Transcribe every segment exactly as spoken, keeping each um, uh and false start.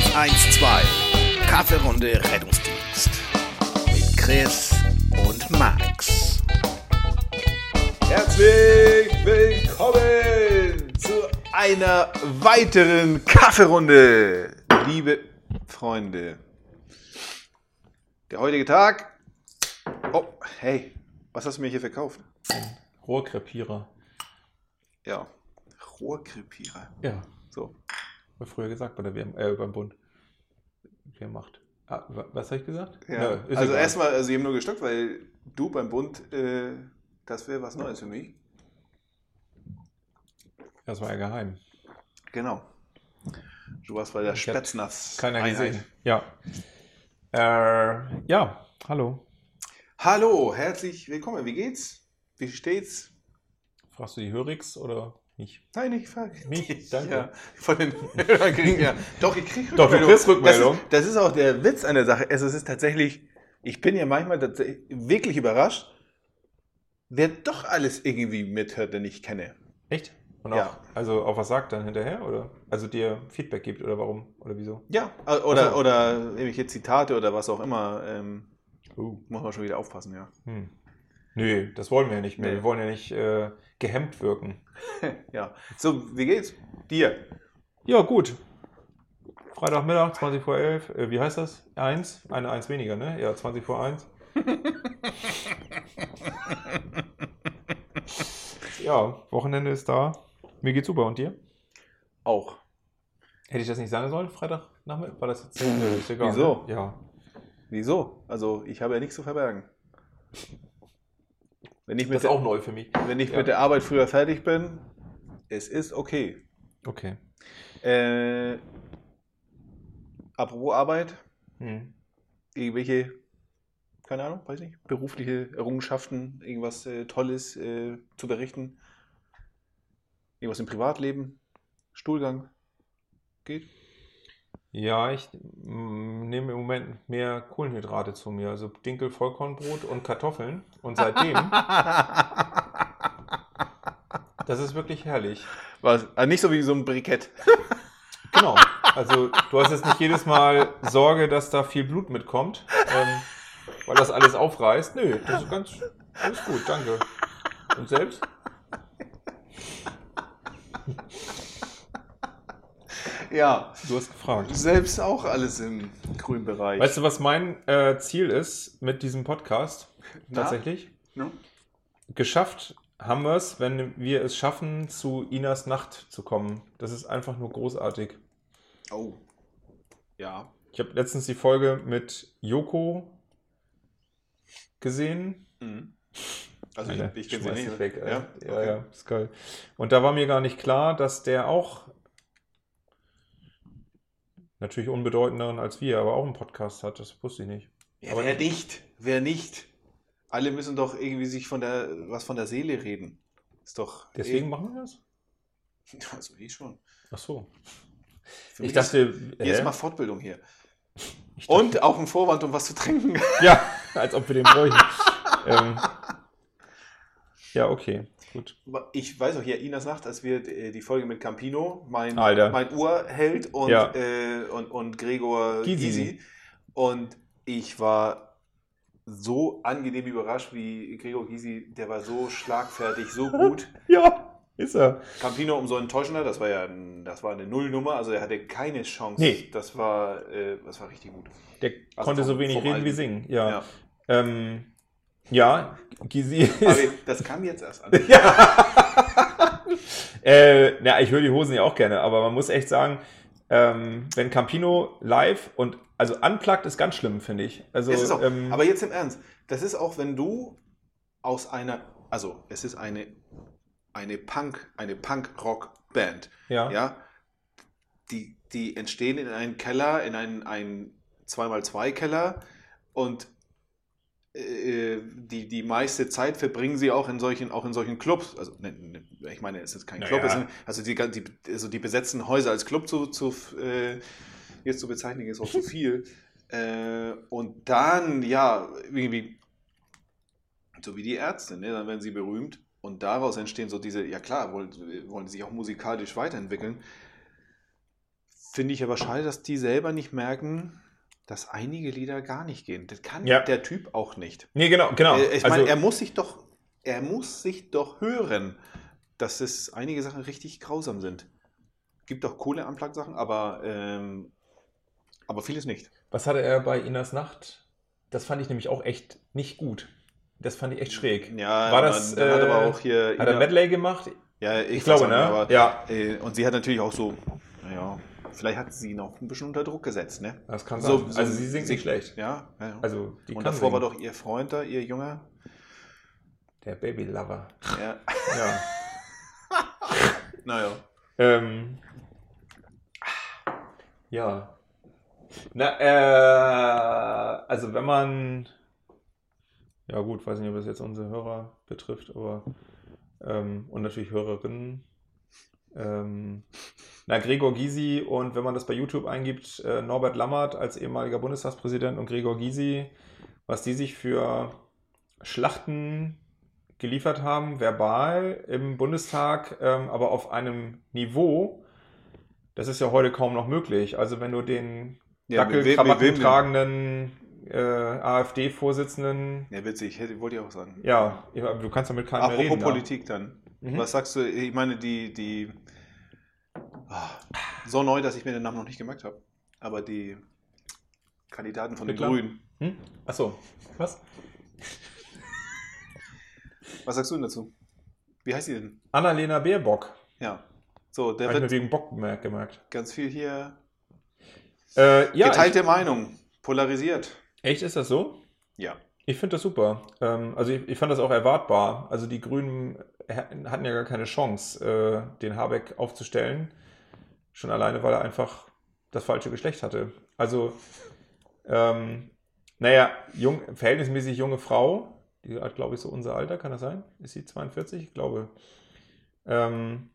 eins zwei Kaffeerunde Rettungsdienst mit Chris und Max. Herzlich willkommen zu einer weiteren Kaffeerunde, liebe Freunde. Der heutige Tag. Oh, hey, was hast du mir hier verkauft? Rohrkrepierer. Ja, Rohrkrepierer. Ja, So. war früher gesagt bei der W M, äh, beim Bund. Wer macht? Ah, wa- was habe ich gesagt? Ja. Nö, ist Also egal. erstmal, also ich habe nur gestockt, weil du beim Bund, äh, das wäre was Neues für mich. Das war ja geheim. Genau. Du warst bei der Ich hab Spätznass. Keiner Einheit. gesehen. Ja. Äh, ja, hallo. Hallo, herzlich willkommen. Wie geht's? Wie steht's? Fragst du die Hörix oder nicht? Nein, ich frage Mich? dich. Danke. Ja, von den Hörern kriegen ja. Doch, ich krieg Doch, du kriegst Rückmeldung. Das ist, das ist auch der Witz an der Sache. Es ist tatsächlich, ich bin ja manchmal tatsächlich wirklich überrascht, wer doch alles irgendwie mithört, den ich kenne. Echt? Und auch, Ja. also auch was sagt dann hinterher? Oder? Also dir Feedback gibt oder warum? Oder wieso? Ja, oder, Ach so. oder irgendwelche Zitate oder was auch immer. Ähm, Uh. muss man schon wieder aufpassen, ja. Hm. Nö, das wollen wir ja nicht mehr. Nee. Wir wollen ja nicht äh, gehemmt wirken. Ja. So, wie geht's? Dir? Ja, gut. Freitagmittag, zwanzig vor elf. Äh, wie heißt das? Eins? Eine Eins weniger, ne? Ja, zwanzig vor eins. Ja, Wochenende ist da. Mir geht's super. Und dir? Auch. Hätte ich das nicht sagen sollen, Freitagnachmittag? War das jetzt? Nö, ist egal. Wieso? Ne? Ja. Wieso? Also, ich habe ja nichts zu verbergen. Wenn ich mit Das ist der, auch neu für mich. wenn ich Ja. mit der Arbeit früher fertig bin, es ist okay. Okay. Äh, apropos Arbeit, Hm. irgendwelche, keine Ahnung, weiß nicht, berufliche Errungenschaften, irgendwas äh, Tolles äh, zu berichten, irgendwas im Privatleben, Stuhlgang, geht? Ja, ich mm, nehme im Moment mehr Kohlenhydrate zu mir. Also Dinkel, Vollkornbrot und Kartoffeln. Und seitdem, das ist wirklich herrlich. Was? Also nicht so wie so ein Brikett. Genau. Also du hast jetzt nicht jedes Mal Sorge, dass da viel Blut mitkommt, ähm, weil das alles aufreißt. Nö, das ist ganz alles gut, danke. Und selbst? Ja, Du hast gefragt. selbst auch alles im grünen Bereich. Weißt du, was mein äh, Ziel ist mit diesem Podcast? Na? Tatsächlich? Ne? Geschafft haben wir es, wenn wir es schaffen, zu Inas Nacht zu kommen. Das ist einfach nur großartig. Oh. Ja. Ich habe letztens die Folge mit Joko gesehen. Mhm. Also Alter, ich, ich kenne sie schmeiß nicht. dich weg, ja? Alter. Ja, Okay. ja, ist geil. Und da war mir gar nicht klar, dass der auch natürlich unbedeutenderen als wir, aber auch einen Podcast hat. Das wusste ich nicht. Ja, Aber wer nicht? Wer nicht? Alle müssen doch irgendwie sich von der was von der Seele reden. Ist doch. Deswegen eh, machen wir das? Also ich schon. Ach so. Für Ich mich dachte, ist, hier ist hä? mal Fortbildung hier. Ich dachte- Und auch ein Vorwand, um was zu trinken. Ja, als ob wir den bräuchten. ähm, ja, okay, gut. Ich weiß auch hier, Inas Nacht, als wir äh, die Folge mit Campino, mein, Alter. mein Urheld und, Ja. äh, und, und Gregor Gysi. Gysi. Und ich war so angenehm überrascht, wie Gregor Gysi, der war so schlagfertig, so gut. Ja, ist er. Campino umso enttäuschender, das war ja ein, das war eine Nullnummer, also er hatte keine Chance. Nee. Das war, äh, das war richtig gut. Der Also konnte vom- so wenig vom reden Alten. wie singen. Ja, Ja. ähm, ja Gysi Aber ist... das kam jetzt erst an. äh, na, ich höre die Hosen ja auch gerne, aber man muss echt sagen, ähm, wenn Campino live und also unplugged ist ganz schlimm, finde ich. Also, Es ist auch, ähm, aber jetzt im Ernst, das ist auch, wenn du aus einer, also es ist eine, eine Punk, eine Punk-Rock-Band, ja. ja, die, die entstehen in einem Keller, in einen, einen zwei mal zwei Keller und äh, die, die meiste Zeit verbringen sie auch in solchen, auch in solchen Clubs. Also, ne, ne, ich meine, es ist kein Club, Naja. es sind, also, die, die, also die besetzten Häuser als Club zu, zu äh, jetzt zu bezeichnen, ist auch zu viel. Äh, und dann, ja, irgendwie, so wie die Ärzte, ne, dann werden sie berühmt und daraus entstehen so diese, ja klar, wollen, wollen sie sich auch musikalisch weiterentwickeln. finde ich aber schade, dass die selber nicht merken, dass einige Lieder gar nicht gehen. Das kann Ja. der Typ auch nicht. Nee, genau, genau. Äh, Ich also, meine, er muss sich doch, er muss sich doch hören, dass es einige Sachen richtig grausam sind. Gibt doch coole Unplugged-Sachen, aber, ähm, aber vieles nicht. was hatte er bei Inas Nacht? Das fand ich nämlich auch echt nicht gut. Das fand ich echt schräg. Ja, War und das, dann, dann hat äh, aber auch hier. Hat er Medley gemacht? Ja, ich, Ich glaube, weiß auch ne? nicht, aber, Ja. Äh, und sie hat natürlich auch so, naja, vielleicht hat sie ihn auch ein bisschen unter Druck gesetzt, ne? Das kann So- sein. so- also sie singt sie- nicht schlecht. Ja, ja, ja. Also die Und kann davor war singen. doch ihr Freund da, ihr Junger. Der Baby Lover. Ja. Ja. Naja. ähm, ja. Na, äh, also wenn man, ja gut, weiß nicht, ob das jetzt unsere Hörer betrifft, aber ähm, und natürlich Hörerinnen. Ähm, na, Gregor Gysi und wenn man das bei YouTube eingibt, äh, Norbert Lammert als ehemaliger Bundestagspräsident und Gregor Gysi, was die sich für Schlachten geliefert haben, verbal im Bundestag, ähm, aber auf einem Niveau, das ist ja heute kaum noch möglich. Also wenn du den Ja, mit wem- mit Dackelkrawatten wem denn? tragenden äh, AfD-Vorsitzenden, Ja, witzig, hätte, wollte ich auch sagen. ja, du kannst ja mit keinem mehr Apropos reden. Politik dann. Mhm. Was sagst du? Ich meine, die, die ah, so neu, dass ich mir den Namen noch nicht gemerkt habe. Aber die Kandidaten von den Bittler? Grünen. Ja. Hm? Achso, was? Was sagst du denn dazu? Wie heißt die denn? Annalena Baerbock. Ja. So, der Habe ich mir wird wegen Bock gemerkt. gemerkt. ganz viel hier Äh, ja, geteilte Meinung, polarisiert. ich, echt ist das so? Ja. Ich finde das super. Ähm, also ich, ich fand das auch erwartbar. Also die Grünen ha- hatten ja gar keine Chance, äh, den Habeck aufzustellen. Schon alleine, weil er einfach das falsche Geschlecht hatte. Also, ähm, naja, jung, verhältnismäßig junge Frau, die hat, glaube ich, so unser Alter, kann das sein? Ist sie zweiundvierzig? Ich glaube. Ähm,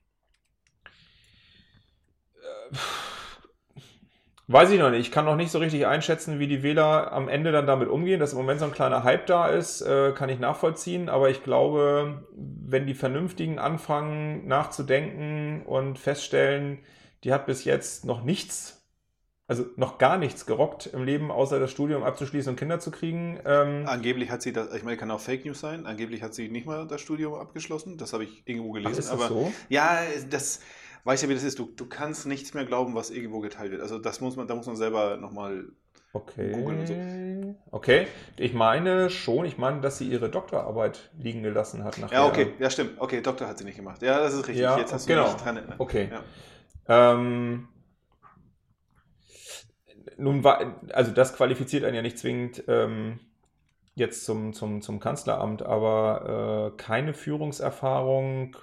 äh, Weiß ich noch nicht. Ich kann noch nicht so richtig einschätzen, wie die Wähler am Ende dann damit umgehen. Dass im Moment so ein kleiner Hype da ist, äh, kann ich nachvollziehen. Aber ich glaube, wenn die Vernünftigen anfangen nachzudenken und feststellen, die hat bis jetzt noch nichts, also noch gar nichts gerockt im Leben, außer das Studium abzuschließen und Kinder zu kriegen. Ähm, Angeblich hat sie das, ich meine, kann auch Fake News sein, angeblich hat sie nicht mal das Studium abgeschlossen. Das habe ich irgendwo ach, gelesen. ist das aber so? ja, das weiß ja, wie das ist. Du, du kannst nichts mehr glauben, was irgendwo geteilt wird. Also das muss man, da muss man selber nochmal. Okay. Googeln und so. Okay. Ich meine schon, ich meine, dass sie ihre Doktorarbeit liegen gelassen hat nachher. Ja, okay, ja, stimmt. Okay, Doktor hat sie nicht gemacht. Ja, das ist richtig. Ja, Jetzt hast genau. du mich dran erinnert. Okay. Ja. Ähm, nun war, also das qualifiziert einen ja nicht zwingend ähm, jetzt zum, zum, zum Kanzleramt, aber äh, keine Führungserfahrung.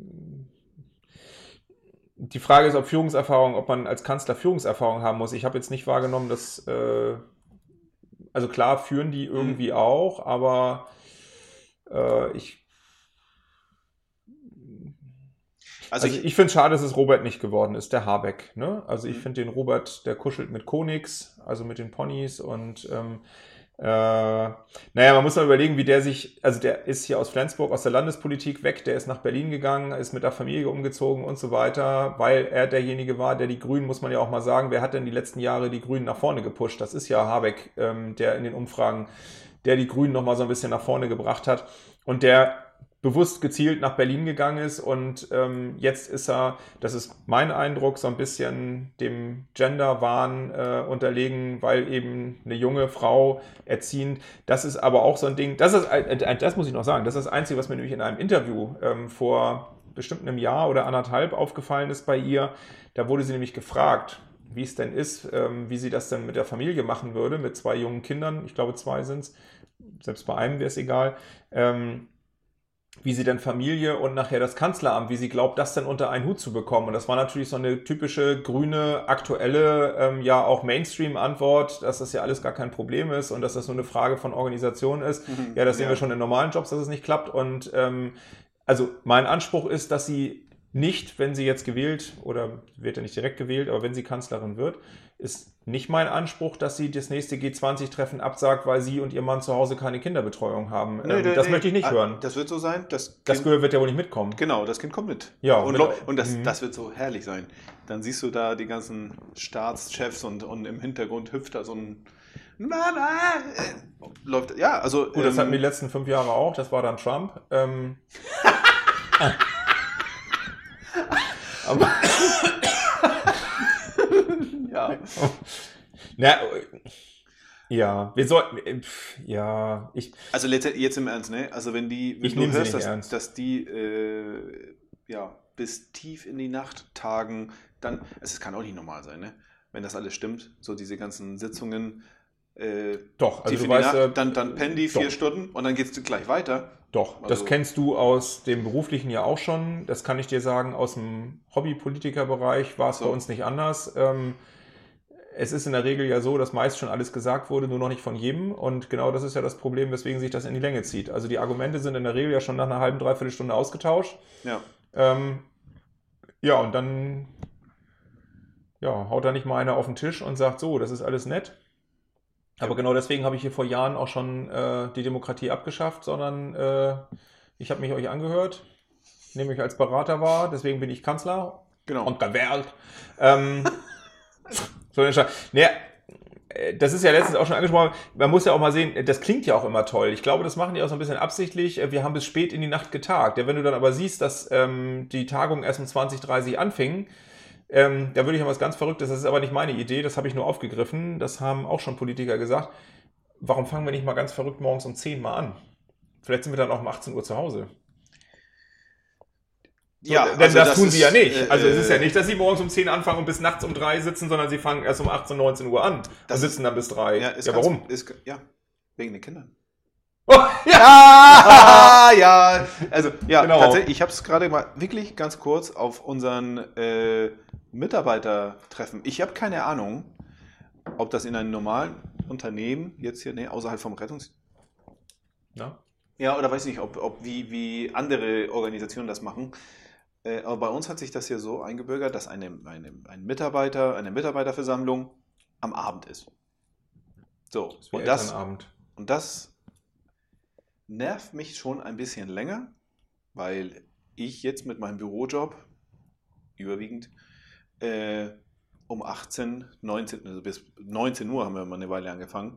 Die Frage ist, ob Führungserfahrung, ob man als Kanzler Führungserfahrung haben muss. Ich habe jetzt nicht wahrgenommen, dass, äh, also klar führen die irgendwie auch, aber äh, ich Also, Also ich, ich finde es schade, dass es Robert nicht geworden ist, der Habeck. Ne? Also ich Mhm. finde den Robert, der kuschelt mit Konix, also mit den Ponys und ähm, äh, naja, man muss mal überlegen, wie der sich, also der ist hier aus Flensburg, aus der Landespolitik weg, der ist nach Berlin gegangen, ist mit der Familie umgezogen und so weiter, weil er derjenige war, der die Grünen, muss man ja auch mal sagen, wer hat denn die letzten Jahre die Grünen nach vorne gepusht? Das ist ja Habeck, ähm, der in den Umfragen, der die Grünen nochmal so ein bisschen nach vorne gebracht hat und der bewusst gezielt nach Berlin gegangen ist und ähm, jetzt ist er, das ist mein Eindruck, so ein bisschen dem Gender-Wahn äh, unterlegen, weil eben eine junge Frau erziehend, das ist aber auch so ein Ding, das ist, äh, das muss ich noch sagen, das ist das Einzige, was mir nämlich in einem Interview ähm, vor bestimmt einem Jahr oder anderthalb aufgefallen ist bei ihr, da wurde sie nämlich gefragt, wie es denn ist, ähm, wie sie das denn mit der Familie machen würde, mit zwei jungen Kindern, ich glaube zwei sind es, selbst bei einem wäre es egal, ähm, wie sie dann Familie und nachher das Kanzleramt, wie sie glaubt, das dann unter einen Hut zu bekommen. Und das war natürlich so eine typische grüne, aktuelle, ähm, ja auch Mainstream-Antwort, dass das ja alles gar kein Problem ist und dass das nur eine Frage von Organisation ist. Mhm. Ja, das sehen Ja. wir schon in normalen Jobs, dass es nicht klappt. Und ähm, also mein Anspruch ist, dass sie nicht, wenn sie jetzt gewählt, oder wird ja nicht direkt gewählt, aber wenn sie Kanzlerin wird, ist nicht mein Anspruch, dass sie das nächste G zwanzig Treffen absagt, weil sie und ihr Mann zu Hause keine Kinderbetreuung haben. Nee, ähm, nee, das nee. möchte ich nicht Ah, hören. Das wird so sein. Das, Das kind, Girl wird ja wohl nicht mitkommen. genau, das Kind kommt mit. Ja, und, mit- Leu- und das, Mhm. das wird so herrlich sein. Dann siehst du da die ganzen Staatschefs und, und im Hintergrund hüpft da so ein Mama! Äh, läuft, ja, also. Gut, das ähm, hatten wir die letzten fünf Jahre auch, das war dann Trump. Ähm, aber, ja. na, ja, wir sollten, ja, ich, Also letztendlich jetzt im Ernst, ne? Also wenn die, wenn Ich du nehm sie hörst, nicht dass, ernst. dass die äh, ja, bis tief in die Nacht tagen, dann, es kann auch nicht normal sein, ne? Wenn das alles stimmt, so diese ganzen Sitzungen, äh, doch, also tief du in die weißt, Nacht, äh, dann, dann pennen die vier doch. Stunden und dann geht es gleich weiter. Doch, das Also- kennst du aus dem beruflichen ja auch schon. Das kann ich dir sagen, aus dem Hobbypolitikerbereich war es So. bei uns nicht anders. Ähm, es ist in der Regel ja so, dass meist schon alles gesagt wurde, nur noch nicht von jedem. Und genau das ist ja das Problem, weswegen sich das in die Länge zieht. Also die Argumente sind in der Regel ja schon nach einer halben, dreiviertel Stunde ausgetauscht. Ja. Ähm, ja, und dann ja, haut da nicht mal einer auf den Tisch und sagt, so, das ist alles nett. Aber Ja. genau deswegen habe ich hier vor Jahren auch schon äh, die Demokratie abgeschafft, sondern äh, ich habe mich euch angehört, nehme mich als Berater wahr, deswegen bin ich Kanzler Genau. und gewählt. Ähm, so eine Sche- naja, äh, das ist ja letztens auch schon angesprochen, man muss ja auch mal sehen, das klingt ja auch immer toll. Ich glaube, das machen die auch so ein bisschen absichtlich. Äh, Wir haben bis spät in die Nacht getagt. Ja, wenn du dann aber siehst, dass ähm, die Tagung erst um zwanzig Uhr dreißig anfing, ähm, da würde ich an was ganz Verrücktes, das ist aber nicht meine Idee, das habe ich nur aufgegriffen, das haben auch schon Politiker gesagt. Warum fangen wir nicht mal ganz verrückt morgens um zehn Mal an? Vielleicht sind wir dann auch um achtzehn Uhr zu Hause. So, Ja, denn also das, tun ist, sie ja nicht. äh, Also es ist ja äh, nicht, dass sie morgens um zehn anfangen und bis nachts um drei sitzen, sondern sie fangen erst um achtzehn, neunzehn Uhr an Das und sitzen dann bis drei. Ja, Ja, ist ganz- warum? Ist, ja, wegen den Kindern. Oh, ja. Ah, ja, also ja, Genau. tatsächlich, ich habe es gerade mal wirklich ganz kurz auf unseren äh, Mitarbeitertreffen. Ich habe keine Ahnung, ob das in einem normalen Unternehmen jetzt hier, ne, außerhalb vom Rettungs... Ja. Ja, oder weiß nicht, ob, ob wie, wie andere Organisationen das machen. Äh, aber bei uns hat sich das hier so eingebürgert, dass eine, eine, ein Mitarbeiter, eine Mitarbeiterversammlung am Abend ist. So, Das ist wie und das, Elternabend. und das nervt mich schon ein bisschen länger, weil ich jetzt mit meinem Bürojob überwiegend äh, um achtzehn, neunzehn, also bis neunzehn Uhr haben wir mal eine Weile angefangen.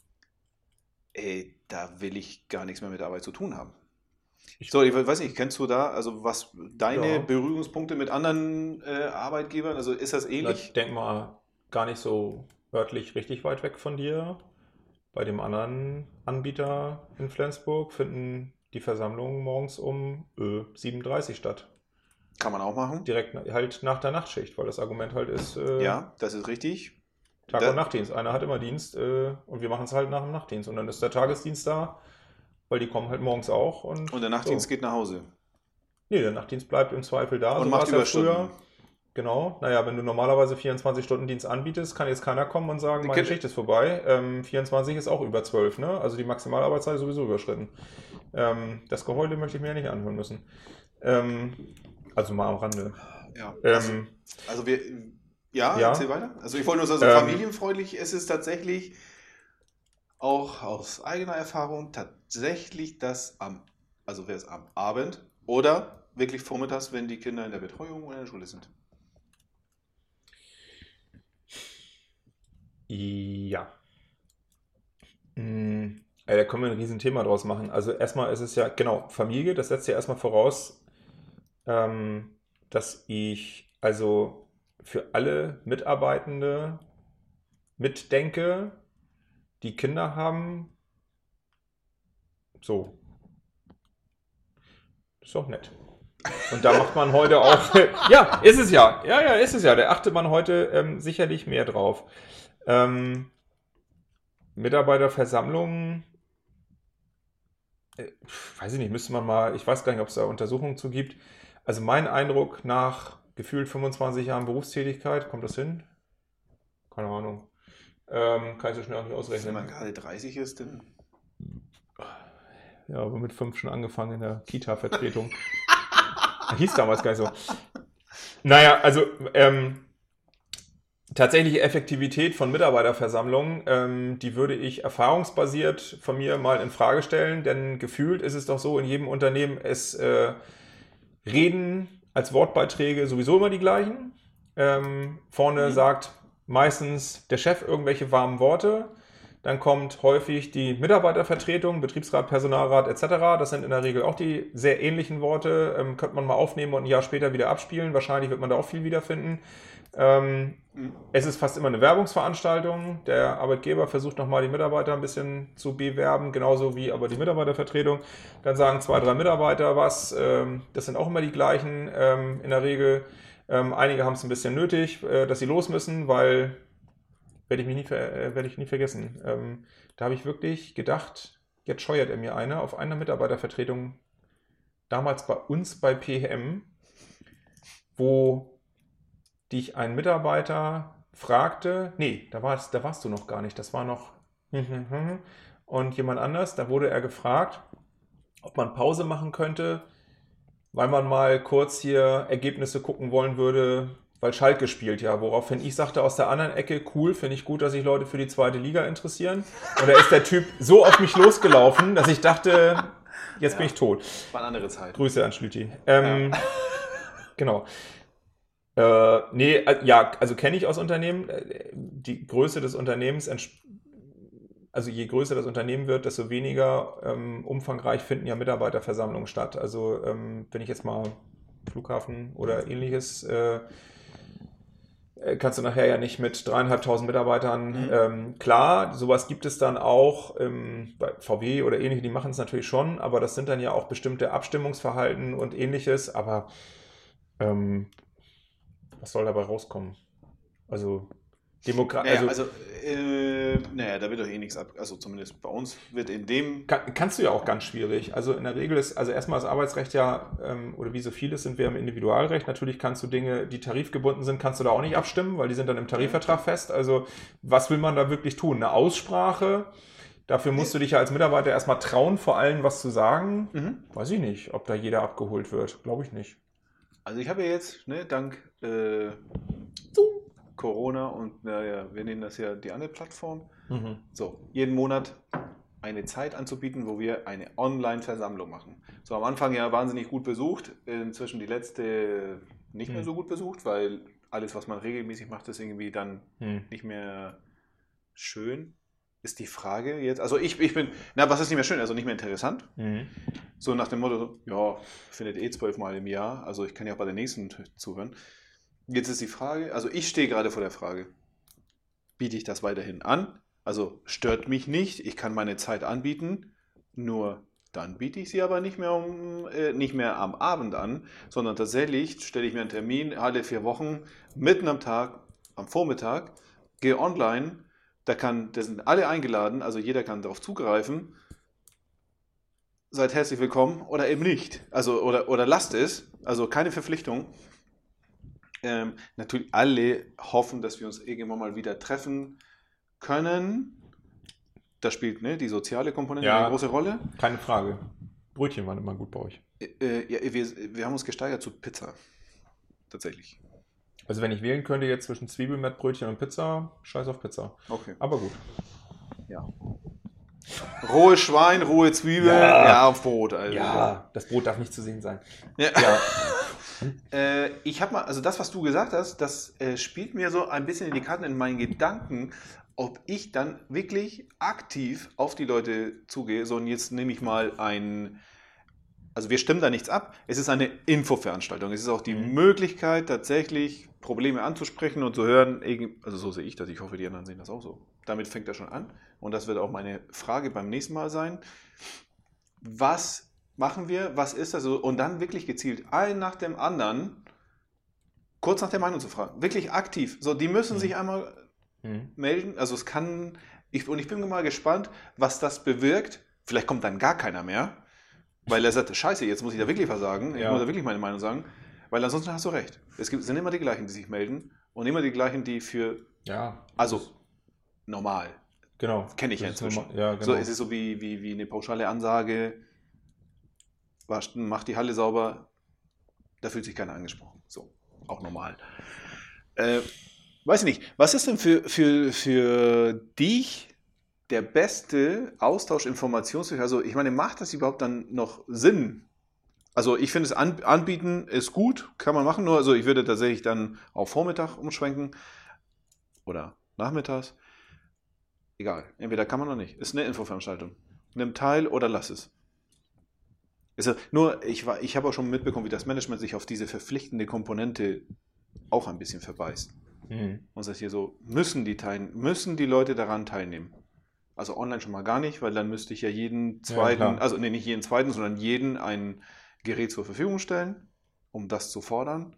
Ey, da will ich gar nichts mehr mit der Arbeit zu tun haben. Ich- So, ich weiß nicht, kennst du da, also was deine Ja. Berührungspunkte mit anderen äh, Arbeitgebern, also ist das ähnlich? Ich denke mal, gar nicht so örtlich richtig weit weg von dir. Bei dem anderen Anbieter in Flensburg finden die Versammlungen morgens um äh, sieben Uhr dreißig statt. Kann man auch machen. Direkt na- halt nach der Nachtschicht, weil das Argument halt ist, äh, Ja, das ist richtig. Tag- Da- und Nachtdienst. Einer hat immer Dienst äh, und wir machen es halt nach dem Nachtdienst. Und dann ist der Tagesdienst da, weil die kommen halt morgens auch. Und, Und der Nachtdienst so. geht nach Hause. Nee, der Nachtdienst bleibt im Zweifel da. Und so macht war's ja Überstunden. früher. Genau. Naja, wenn du normalerweise vierundzwanzig Stunden Dienst anbietest, kann jetzt keiner kommen und sagen, Die meine Kinder- Schicht ist vorbei. Ähm, vierundzwanzig ist auch über zwölf, ne? Also die Maximalarbeitszeit ist sowieso überschritten. Ähm, das Geheule möchte ich mir ja nicht anhören müssen. Ähm, also mal am Rande. Ja, also, Ähm, also wir, ja, Ja. erzähl weiter. Also ich wollte nur sagen, so Ähm, familienfreundlich ist es tatsächlich auch aus eigener Erfahrung tatsächlich das am, also wäre es am Abend oder wirklich vormittags, wenn die Kinder in der Betreuung oder in der Schule sind. Ja. Mm, äh, Da können wir ein Riesenthema draus machen. Also erstmal ist es ja, genau, Familie, das setzt ja erstmal voraus, ähm, dass ich also für alle Mitarbeitende mitdenke, die Kinder haben. So. Ist doch nett. Und da macht man heute auch, ja, ist es ja, ja, ja, ist es ja, da achtet man heute ähm, sicherlich mehr drauf. Ähm, Mitarbeiterversammlungen, äh, weiß ich nicht, müsste man mal, ich weiß gar nicht, ob es da Untersuchungen zu gibt. Also mein Eindruck nach gefühlt fünfundzwanzig Jahren Berufstätigkeit, kommt das hin? Keine Ahnung. Ähm, kann ich so schnell auch nicht Wenn ausrechnen. man gerade dreißig ist, dann Ja, aber mit fünf schon angefangen in der Kita-Vertretung. Hieß damals gar nicht so. Naja, also, ähm, tatsächliche Effektivität von Mitarbeiterversammlungen, ähm, die würde ich erfahrungsbasiert von mir mal in Frage stellen, denn gefühlt ist es doch so in jedem Unternehmen, es äh, reden als Wortbeiträge sowieso immer die gleichen. Ähm, vorne Mhm. sagt meistens der Chef irgendwelche warmen Worte. Dann kommt häufig die Mitarbeitervertretung, Betriebsrat, Personalrat et cetera. Das sind in der Regel auch die sehr ähnlichen Worte. Ähm, könnte man mal aufnehmen und ein Jahr später wieder abspielen. Wahrscheinlich wird man da auch viel wiederfinden. Ähm, Mhm. es ist fast immer eine Werbungsveranstaltung. Der Arbeitgeber versucht nochmal die Mitarbeiter ein bisschen zu bewerben, genauso wie aber die Mitarbeitervertretung. Dann sagen zwei, drei Mitarbeiter was. Ähm, das sind auch immer die gleichen ähm, in der Regel. Ähm, einige haben es ein bisschen nötig, äh, dass sie los müssen, weil, werde ich mich nie, ver äh, werde ich nie vergessen, ähm, da habe ich wirklich gedacht, jetzt scheuert er mir eine auf einer Mitarbeitervertretung, damals bei uns bei P M, wo dich ein Mitarbeiter fragte, nee, da warst, da warst du noch gar nicht, das war noch und jemand anders, da wurde er gefragt, ob man Pause machen könnte, weil man mal kurz hier Ergebnisse gucken wollen würde, weil Schalke spielt ja, woraufhin ich sagte aus der anderen Ecke, cool, finde ich gut, dass sich Leute für die zweite Liga interessieren. Und da ist der Typ so auf mich losgelaufen, dass ich dachte, jetzt Ja. bin ich tot. War eine andere Zeit. Grüße an Schlüti. Ähm, Genau. Äh, nee, äh, ja, also kenne ich aus Unternehmen. Äh, Die Größe des Unternehmens, entsp- also je größer das Unternehmen wird, desto weniger ähm, umfangreich finden ja Mitarbeiterversammlungen statt. Also ähm, wenn ich jetzt mal Flughafen oder ähnliches, äh, äh, kannst du nachher ja nicht mit dreieinhalbtausend Mitarbeitern, Mhm. ähm, klar, sowas gibt es dann auch ähm, bei V W oder ähnliche, die machen es natürlich schon, aber das sind dann ja auch bestimmte Abstimmungsverhalten und ähnliches, aber ähm, was soll dabei rauskommen? Also Demokrat, Naja, also, also, äh, naja, da wird doch eh nichts ab. Also zumindest bei uns wird in dem. kann, kannst du ja auch ganz schwierig. Also in der Regel ist, also erstmal das Arbeitsrecht ja, ähm, oder wie so vieles sind wir im Individualrecht. Natürlich kannst du Dinge, die tarifgebunden sind, kannst du da auch nicht abstimmen, weil die sind dann im Tarifvertrag fest. Also was will man da wirklich tun? Eine Aussprache? Dafür musst du dich ja als Mitarbeiter erstmal trauen, vor allem was zu sagen. Mhm. Weiß ich nicht, ob da jeder abgeholt wird. Glaube ich nicht. Also ich habe ja jetzt, ne, dank äh, Corona und naja, wir nehmen das ja die andere Plattform. Mhm. So, jeden Monat eine Zeit anzubieten, wo wir eine Online-Versammlung machen. So am Anfang ja wahnsinnig gut besucht, inzwischen die letzte nicht mehr Hm. so gut besucht, weil alles, was man regelmäßig macht, ist irgendwie dann Hm. nicht mehr schön. Ist die Frage jetzt, also ich, ich bin, na, was ist nicht mehr schön, also nicht mehr interessant. Mhm. So nach dem Motto, ja, findet eh zwölfmal im Jahr, also ich kann ja auch bei der nächsten t- zuhören. Jetzt ist die Frage, also ich stehe gerade vor der Frage, biete ich das weiterhin an? Also stört mich nicht, ich kann meine Zeit anbieten, nur dann biete ich sie aber nicht mehr, um, äh, nicht mehr am Abend an, sondern tatsächlich stelle ich mir einen Termin alle vier Wochen, mitten am Tag, am Vormittag, gehe online, da, kann, da sind alle eingeladen, also jeder kann darauf zugreifen. Seid herzlich willkommen oder eben nicht. Also, oder, oder lasst es. Also keine Verpflichtung. Ähm, natürlich alle hoffen, dass wir uns irgendwann mal wieder treffen können. Da spielt ne, die soziale Komponente Ja. eine große Rolle. Keine Frage. Brötchen waren immer gut bei euch. Äh, ja, wir, wir haben uns gesteigert zu Pizza. Tatsächlich. Also wenn ich wählen könnte jetzt zwischen Zwiebelmettbrötchen und Pizza, scheiß auf Pizza. Okay. Aber gut. Ja. Rohe Schwein, rohe Zwiebel, Ja. ja, auf Brot. Also. Ja, das Brot darf nicht zu sehen sein. Ja. Ja. Äh, ich habe mal, also das, was du gesagt hast, das äh, spielt mir so ein bisschen in die Karten in meinen Gedanken, ob ich dann wirklich aktiv auf die Leute zugehe. So, und jetzt nehme ich mal ein, also wir stimmen da nichts ab. Es ist eine Infoveranstaltung. Es ist auch die Mhm. Möglichkeit, tatsächlich Probleme anzusprechen und zu hören. irgend- Also so sehe ich das. Ich hoffe, die anderen sehen das auch so. Damit fängt das schon an. Und das wird auch meine Frage beim nächsten Mal sein. Was machen wir? Was ist das? So? Und dann wirklich gezielt ein nach dem anderen kurz nach der Meinung zu fragen. Wirklich aktiv. So, die müssen Mhm. sich einmal Mhm. melden. Also es kann, ich, und ich bin mal gespannt, was das bewirkt. Vielleicht kommt dann gar keiner mehr, weil er sagt, scheiße, jetzt muss ich da wirklich was sagen. Ich Ja. muss da wirklich meine Meinung sagen. Weil ansonsten hast du recht. Es gibt, sind immer die gleichen, die sich melden und immer die gleichen, die für, Ja. also normal, Genau. kenne ich ja Das ist inzwischen. normal- Ja, genau. So, es ist so wie, wie, wie eine pauschale Ansage, wasch- mach die Halle sauber, da fühlt sich keiner angesprochen. So, auch normal. Äh, weiß ich nicht, was ist denn für, für, für dich der beste Austausch Informationsweg? Also ich meine, macht das überhaupt dann noch Sinn? Also ich finde es an, anbieten ist gut, kann man machen, nur also ich würde tatsächlich dann auf Vormittag umschwenken oder nachmittags. Egal, entweder kann man oder nicht. Ist eine Infoveranstaltung. Nimm teil oder lass es. Ist nur, ich, war, ich habe auch schon mitbekommen, wie das Management sich auf diese verpflichtende Komponente auch ein bisschen verbeißt. Mhm. Und sagt hier so, müssen die, teilen, müssen die Leute daran teilnehmen. Also online schon mal gar nicht, weil dann müsste ich ja jeden zweiten, ja, also nee, nicht jeden zweiten, sondern jeden ein Gerät zur Verfügung stellen, um das zu fordern.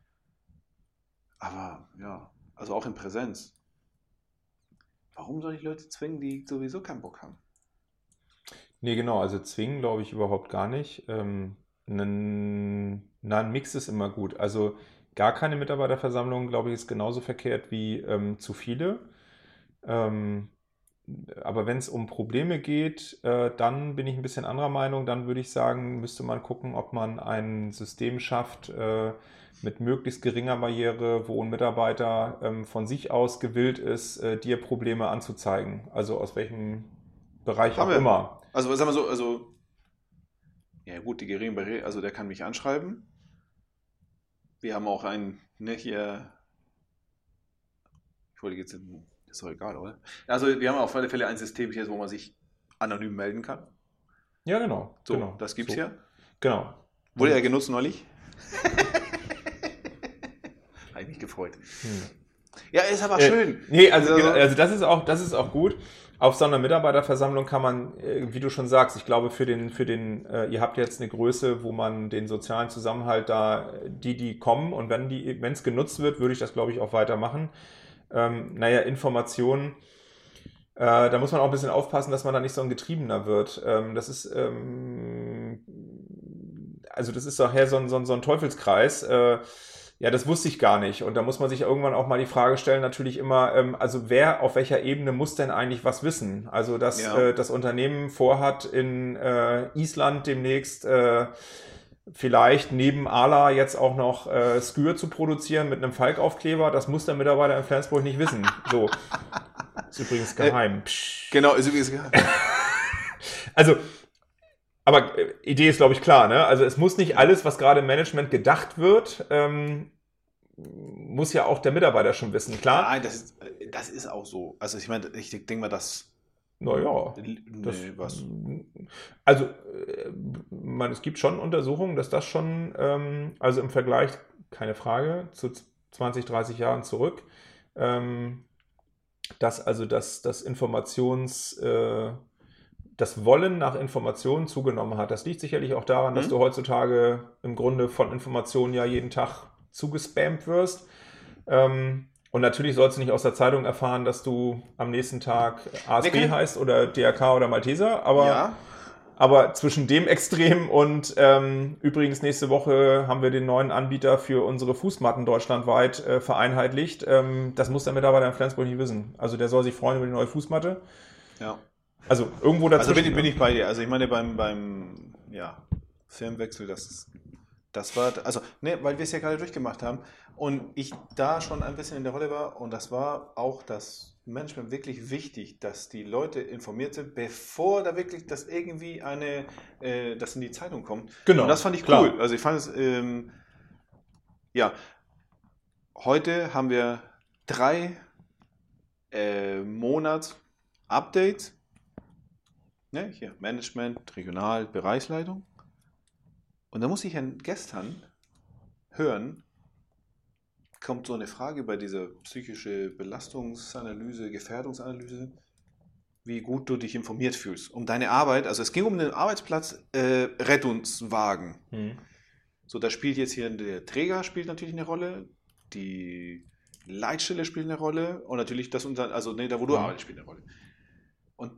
Aber ja, also auch in Präsenz. Warum soll ich Leute zwingen, die sowieso keinen Bock haben? Nee, genau, also zwingen glaube ich überhaupt gar nicht. Ähm, ein, na, ein Mix ist immer gut. Also gar keine Mitarbeiterversammlung, glaube ich, ist genauso verkehrt wie ähm, zu viele. Ähm, aber wenn es um Probleme geht, äh, dann bin ich ein bisschen anderer Meinung. Dann würde ich sagen, müsste man gucken, ob man ein System schafft äh, mit möglichst geringer Barriere, wo ein Mitarbeiter ähm, von sich aus gewillt ist, äh, dir Probleme anzuzeigen. Also aus welchem Bereich Haben auch wir. immer. Also sagen wir so, also ja gut, die geringe Barriere, also der kann mich anschreiben. Wir haben auch einen, ne, hier, ich wollte jetzt, ist doch egal, oder? Also wir haben auf alle Fälle ein System hier, wo man sich anonym melden kann. Ja, genau. So, genau. das gibt's so. ja. Genau. Wurde ja genutzt neulich. Habe ich mich gefreut. Hm. Ja, ist aber äh, schön. Nee, also, also, also das ist auch, das ist auch gut. Auf so einer Mitarbeiterversammlung kann man, wie du schon sagst, ich glaube, für den, für den, äh, ihr habt jetzt eine Größe, wo man den sozialen Zusammenhalt da, die, die kommen und wenn die, wenn es genutzt wird, würde ich das, glaube ich, auch weitermachen. Ähm, naja, Informationen, äh, da muss man auch ein bisschen aufpassen, dass man da nicht so ein Getriebener wird. Ähm, das ist, ähm, also das ist daher so ein, so ein, so ein Teufelskreis. Äh, Ja, das wusste ich gar nicht. Und da muss man sich irgendwann auch mal die Frage stellen, natürlich immer, ähm, also wer auf welcher Ebene muss denn eigentlich was wissen? Also, dass Ja. äh, das Unternehmen vorhat, in äh, Island demnächst äh, vielleicht neben Ala jetzt auch noch äh, Skür zu produzieren mit einem Falkaufkleber, das muss der Mitarbeiter in Flensburg nicht wissen. So. Ist übrigens geheim. Äh, genau, ist übrigens geheim. Also, aber äh, Idee ist, glaube ich, klar, ne? Also es muss nicht alles, was gerade im Management gedacht wird, ähm, muss ja auch der Mitarbeiter schon wissen, klar? Nein, das ist, das ist auch so. Also ich meine, ich denke mal, dass... Naja. Nee, das, was? Also, äh, man, es gibt schon Untersuchungen, dass das schon, ähm, also im Vergleich, keine Frage, zu zwanzig, dreißig Jahren zurück, ähm, dass also das, das Informations... Äh, das Wollen nach Informationen zugenommen hat. Das liegt sicherlich auch daran, dass mhm. du heutzutage im Grunde von Informationen ja jeden Tag zugespammt wirst. Ähm, und natürlich sollst du nicht aus der Zeitung erfahren, dass du am nächsten Tag A S B nee, heißt oder D R K oder Malteser, aber, ja. aber zwischen dem Extrem und ähm, übrigens nächste Woche haben wir den neuen Anbieter für unsere Fußmatten deutschlandweit äh, vereinheitlicht. Ähm, das muss der Mitarbeiter in Flensburg nicht wissen. Also der soll sich freuen über die neue Fußmatte. Ja. Also irgendwo dazwischen. Also bin, bin ich bei dir. Also ich meine beim, beim ja, Firmenwechsel, das, das war, also ne, weil wir es ja gerade durchgemacht haben und ich da schon ein bisschen in der Rolle war und das war auch das Management wirklich wichtig, dass die Leute informiert sind, bevor da wirklich das irgendwie eine, äh, das in die Zeitung kommt. Genau. Und das fand ich klar. cool. Also ich fand es, ähm, ja, heute haben wir drei äh, Monats-Updates. Ne, hier, Management, Regional, Bereichsleitung. Und da muss ich ja gestern hören, kommt so eine Frage bei dieser psychische Belastungsanalyse, Gefährdungsanalyse, wie gut du dich informiert fühlst. Um deine Arbeit, also es ging um den Arbeitsplatz äh, Rettungswagen. Hm. So, da spielt jetzt hier der Träger spielt natürlich eine Rolle, die Leitstelle spielt eine Rolle und natürlich das, also ne, da wo du hm. arbeitest, spielt eine Rolle. Und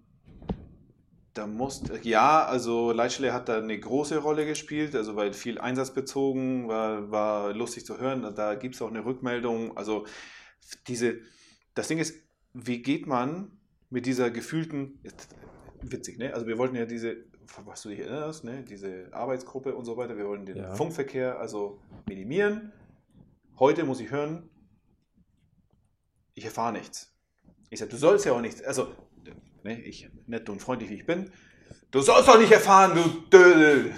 da muss, ja, also Leitstelle hat da eine große Rolle gespielt, also weil viel einsatzbezogen war, war lustig zu hören. Da gibt es auch eine Rückmeldung. Also diese, das Ding ist, wie geht man mit dieser gefühlten, witzig, ne? Also wir wollten ja diese, was du dich erinnerst, ne? Diese Arbeitsgruppe und so weiter, wir wollten den ja. Funkverkehr also minimieren. Heute muss ich hören, ich erfahre nichts. Ich sage, du sollst ja auch nichts, also, ne, ich, nett und freundlich wie ich bin, du sollst doch nicht erfahren, du Dödel.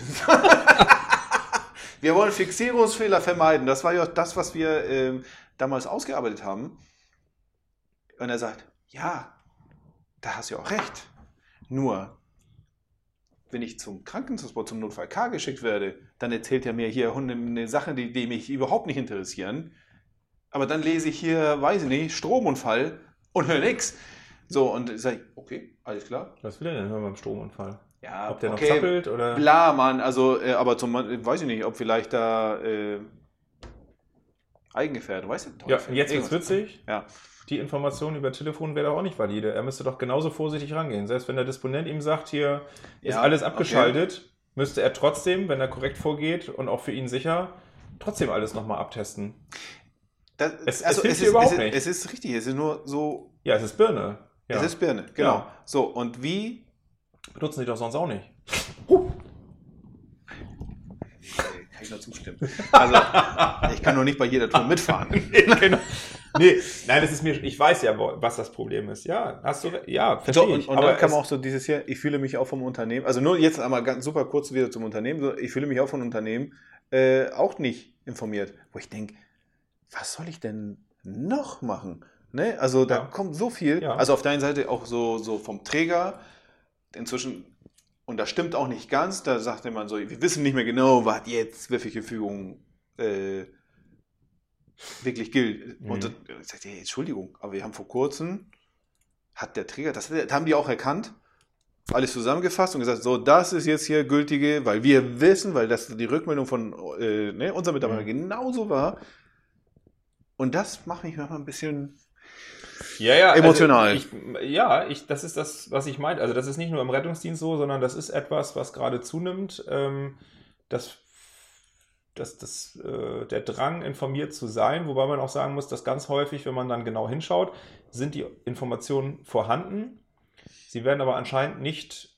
Wir wollen Fixierungsfehler vermeiden. Das war ja das, was wir ähm, damals ausgearbeitet haben. Und er sagt, ja, da hast du ja auch recht. Nur, wenn ich zum Krankentransport, zum Notfall K geschickt werde, dann erzählt er mir hier eine Sache, die, die mich überhaupt nicht interessieren. Aber dann lese ich hier, weiß ich nicht, Stromunfall und höre nichts. So, und sage ich, okay, alles klar. Was will er denn beim Stromunfall? Ja, ob der okay, noch zappelt oder? Bla, Mann, also, äh, aber zum, weiß ich nicht, ob vielleicht da äh, Eigengefährdung, weißt du? Ja, jetzt wird's witzig. Ja. Die Information über Telefon wäre doch auch nicht valide. Er müsste doch genauso vorsichtig rangehen. Selbst wenn der Disponent ihm sagt, hier ist Ja, alles abgeschaltet, okay. müsste er trotzdem, wenn er korrekt vorgeht und auch für ihn sicher, trotzdem alles nochmal abtesten. Das, es, also es hilft es dir ist, überhaupt es ist, nicht. Es ist richtig, es ist nur so... Ja, es ist Birne. Ja. Es ist Birne, genau. Ja. So, und wie... Benutzen sie doch sonst auch nicht. Huh. Kann ich nur zustimmen. Also, ich kann nur nicht bei jeder Tour mitfahren. nee, genau. nee, nein, das ist mir, ich weiß ja, was das Problem ist. Ja, hast du, ja, verstehe so, und, ich. und aber dann kam auch so dieses hier, ich fühle mich auch vom Unternehmen, also nur jetzt einmal ganz super kurz wieder zum Unternehmen, so, ich fühle mich auch vom Unternehmen äh, auch nicht informiert. Wo ich denke, was soll ich denn noch machen? Ne? Also da ja. kommt so viel. Ja. Also auf der einen Seite auch so, so vom Träger, inzwischen, und das stimmt auch nicht ganz, da sagte man so, wir wissen nicht mehr genau, was jetzt welche Fügung äh, wirklich gilt. Mhm. Und ich sagte, hey, Entschuldigung, aber wir haben vor kurzem, hat der Träger, das, das haben die auch erkannt, alles zusammengefasst und gesagt, so, das ist jetzt hier gültige, weil wir wissen, weil das die Rückmeldung von äh, ne, unserem Mitarbeiter mhm. genauso war. Und das macht mich manchmal ein bisschen ja, ja, emotional. Also ich, ja, ich, das ist das, was ich meinte. Also das ist nicht nur im Rettungsdienst so, sondern das ist etwas, was gerade zunimmt. Ähm, das, das, das, äh, der Drang, informiert zu sein, wobei man auch sagen muss, dass ganz häufig, wenn man dann genau hinschaut, sind die Informationen vorhanden. Sie werden aber anscheinend nicht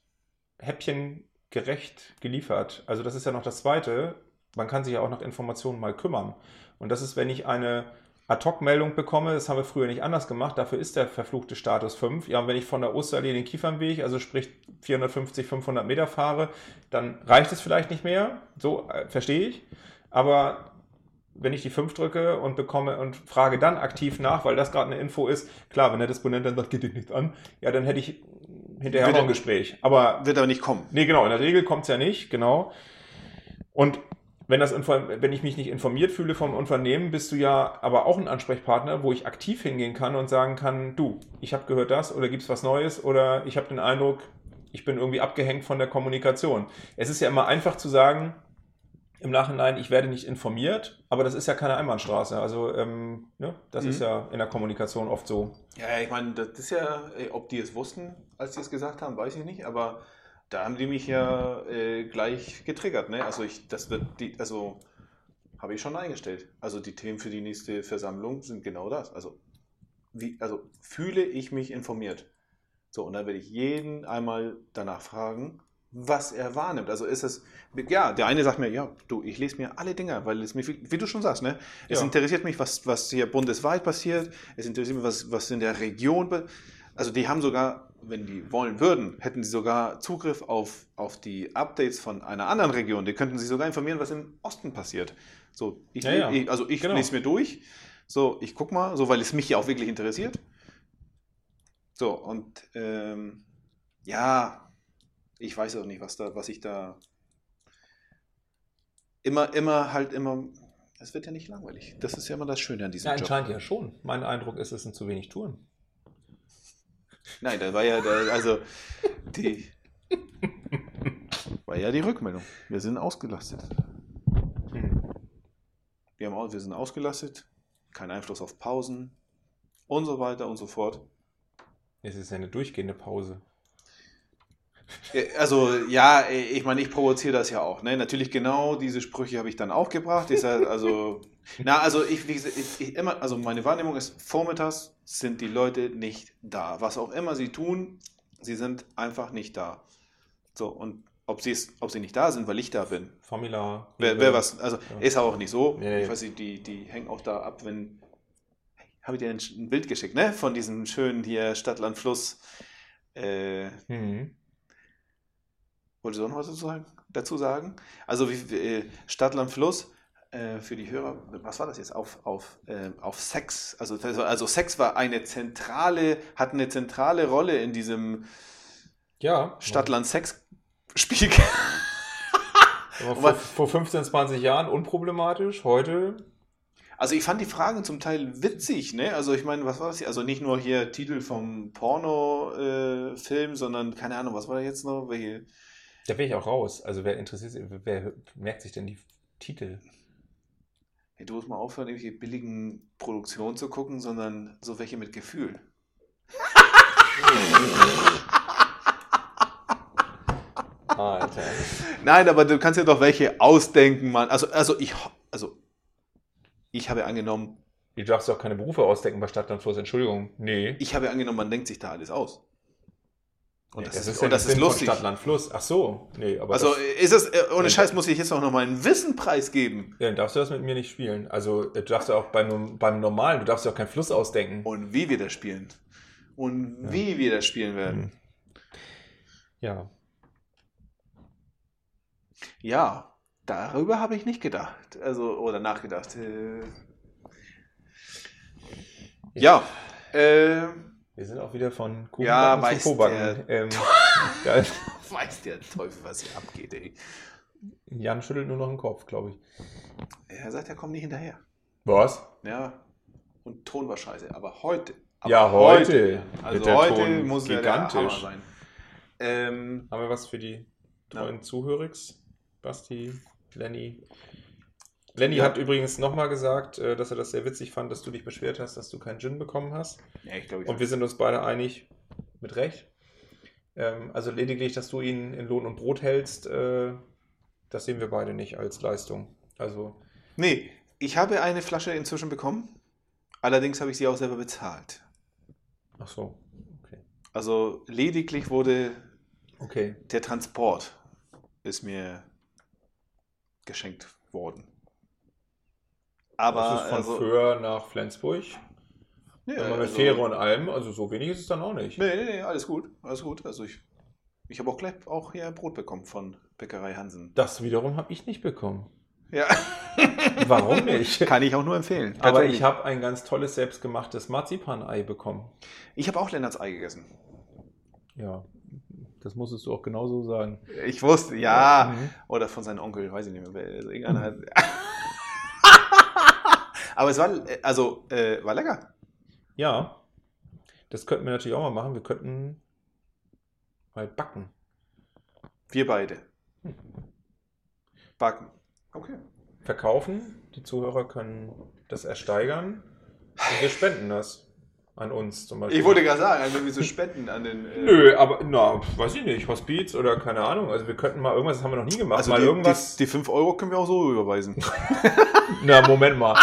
häppchengerecht geliefert. Also das ist ja noch das Zweite. Man kann sich ja auch nach Informationen mal kümmern. Und das ist, wenn ich eine Ad-Hoc-Meldung bekomme, das haben wir früher nicht anders gemacht, dafür ist der verfluchte Status fünf. Ja, und wenn ich von der Osterallee den Kiefernweg, also sprich vierhundertfünfzig, fünfhundert Meter fahre, dann reicht es vielleicht nicht mehr, so äh, verstehe ich. Aber wenn ich die fünf drücke und bekomme und frage dann aktiv nach, weil das gerade eine Info ist, klar, wenn der Disponent dann sagt, geht dich nichts an, ja, dann hätte ich hinterher noch ein Gespräch. Aber wird aber nicht kommen. Nee, genau, in der Regel kommt es ja nicht, genau. Und Wenn, das, wenn ich mich nicht informiert fühle vom Unternehmen, bist du ja aber auch ein Ansprechpartner, wo ich aktiv hingehen kann und sagen kann, du, ich habe gehört das oder gibt es was Neues oder ich habe den Eindruck, ich bin irgendwie abgehängt von der Kommunikation. Es ist ja immer einfach zu sagen, im Nachhinein, ich werde nicht informiert, aber das ist ja keine Einbahnstraße. Also ähm, ne, das mhm. ist ja in der Kommunikation oft so. Ja, ich meine, das ist ja, ob die es wussten, als die es gesagt haben, weiß ich nicht, aber da haben die mich ja äh, gleich getriggert, ne? Also ich, das wird die, also habe ich schon eingestellt. Also die Themen für die nächste Versammlung sind genau das. Also wie, also fühle ich mich informiert. So, und dann werde ich jeden einmal danach fragen, was er wahrnimmt. Also ist es, ja, der eine sagt mir, ja, du, ich lese mir alle Dinge, weil es mich, wie du schon sagst, ne? Es ja. interessiert mich, was, was hier bundesweit passiert, es interessiert mich, was, was in der Region passiert. Also die haben sogar, wenn die wollen würden, hätten sie sogar Zugriff auf, auf die Updates von einer anderen Region. Die könnten sich sogar informieren, was im Osten passiert. So, ich, ja, ja. ich also ich genau. lese mir durch. So, ich guck mal, so weil es mich ja auch wirklich interessiert. So, und ähm, ja, ich weiß auch nicht, was da, was ich da immer, immer halt immer. Es wird ja nicht langweilig. Das ist ja immer das Schöne an diesem ja, Job. Ja, anscheinend ja schon. Mein Eindruck ist, es sind zu wenig Touren. Nein, da war ja, der, also, die, war ja die Rückmeldung. Wir sind ausgelastet. Hm. Wir, haben, wir sind ausgelastet, kein Einfluss auf Pausen und so weiter und so fort. Es ist ja eine durchgehende Pause. Also, ja, ich meine, ich provoziere das ja auch. Ne? Natürlich genau diese Sprüche habe ich dann auch gebracht. Ich sage, also, na, also ich, wie gesagt, ich, ich immer, also meine Wahrnehmung ist, vormittags sind die Leute nicht da. Was auch immer sie tun, sie sind einfach nicht da. So, und ob sie es, ob sie nicht da sind, weil ich da bin. Formula. Wer, wer was, also ja. ist auch nicht so. Ja, ja. Ich weiß nicht, die, die hängen auch da ab, wenn, habe ich dir ein, ein Bild geschickt, ne? Von diesem schönen hier Stadt-Land Fluss. Äh, Mhm. Wolltest du noch was dazu sagen? Dazu sagen? Also wie, wie, Stadt-Land Fluss, äh, für die Hörer, was war das jetzt? Auf, auf, äh, auf Sex. Also, also Sex war eine zentrale, hat eine zentrale Rolle in diesem Ja. Stadt-Land-Sex-Spiel. Vor, vor fünfzehn, zwanzig Jahren unproblematisch, heute. Also ich fand die Fragen zum Teil witzig, ne? Also ich meine, was war das hier? Also nicht nur hier Titel vom Porno-Film, äh, sondern keine Ahnung, was war da jetzt noch? Welche? Da wäre ich auch raus. Also wer interessiert sich, wer merkt sich denn die Titel? Hey, du musst mal aufhören, irgendwelche billigen Produktionen zu gucken, sondern so welche mit Gefühl. Alter. Nein, aber du kannst ja doch welche ausdenken, Mann. Also, also ich, also ich habe angenommen. Du darfst doch keine Berufe ausdenken bei Stadt-Land Fluss, Entschuldigung. Nee. Ich habe angenommen, man denkt sich da alles aus. Und nee, das, das ist, ist, ja und das ist lustig. Stadt-Land Fluss. Ach so. Nee, aber also das, ist es, ohne Scheiß muss ich jetzt auch noch mal einen Wissenpreis geben. Ja, dann darfst du das mit mir nicht spielen. Also du darfst ja auch beim, beim Normalen, du darfst ja auch keinen Fluss ausdenken. Und wie wir das spielen. Und ja. wie wir das spielen werden. Ja. Ja, darüber habe ich nicht gedacht. Also, oder nachgedacht. Äh, ja. Äh, wir sind auch wieder von Kuchen ja, zu Pobacken. Ähm, weiß der Teufel, was hier abgeht, ey. Jan schüttelt nur noch den Kopf, glaube ich. Er sagt, er kommt nicht hinterher. Was? Ja. Und Ton war scheiße. Aber heute. Aber ja, heute. heute also heute Ton muss gigantisch ja der Hammer sein. Ähm, Haben wir was für die treuen ja. Zuhörers? Basti, Lenny. Lenny ja. hat übrigens nochmal gesagt, dass er das sehr witzig fand, dass du dich beschwert hast, dass du keinen Gin bekommen hast. Ja, ich glaube, ich und wir sind uns beide einig, mit Recht. Also lediglich, dass du ihn in Lohn und Brot hältst, das sehen wir beide nicht als Leistung. Also nee, ich habe eine Flasche inzwischen bekommen. Allerdings habe ich sie auch selber bezahlt. Ach so, okay. Also lediglich wurde okay. der Transport ist mir geschenkt worden. Aber das ist von also, Föhr nach Flensburg. Ja, wenn man mit also, Fähre und allem, also so wenig ist es dann auch nicht. Nee, nee, nee, alles gut, alles gut. Also ich, ich habe auch gleich auch hier Brot bekommen von Bäckerei Hansen. Das wiederum habe ich nicht bekommen. Ja. Warum nicht? Kann ich auch nur empfehlen. Aber ich habe ein ganz tolles, selbstgemachtes Marzipanei bekommen. Ich habe auch Lennarts Ei gegessen. Ja, das musstest du auch genauso sagen. Ich wusste, ja. Mhm. Oder von seinem Onkel, weiß ich nicht mehr. Also irgendeiner hat... Aber es war, also, äh, war lecker. Ja. Das könnten wir natürlich auch mal machen. Wir könnten mal backen. Wir beide. Hm. Backen. Okay. Verkaufen. Die Zuhörer können das ersteigern. Und wir spenden das. An uns zum Beispiel. Ich wollte gerade sagen, also wir so spenden an den... Äh Nö, aber, na, weiß ich nicht, Hospiz oder keine Ahnung. Also wir könnten mal irgendwas, das haben wir noch nie gemacht. Also mal die, irgendwas. Die, die fünf Euro können wir auch so überweisen. Na, Moment mal.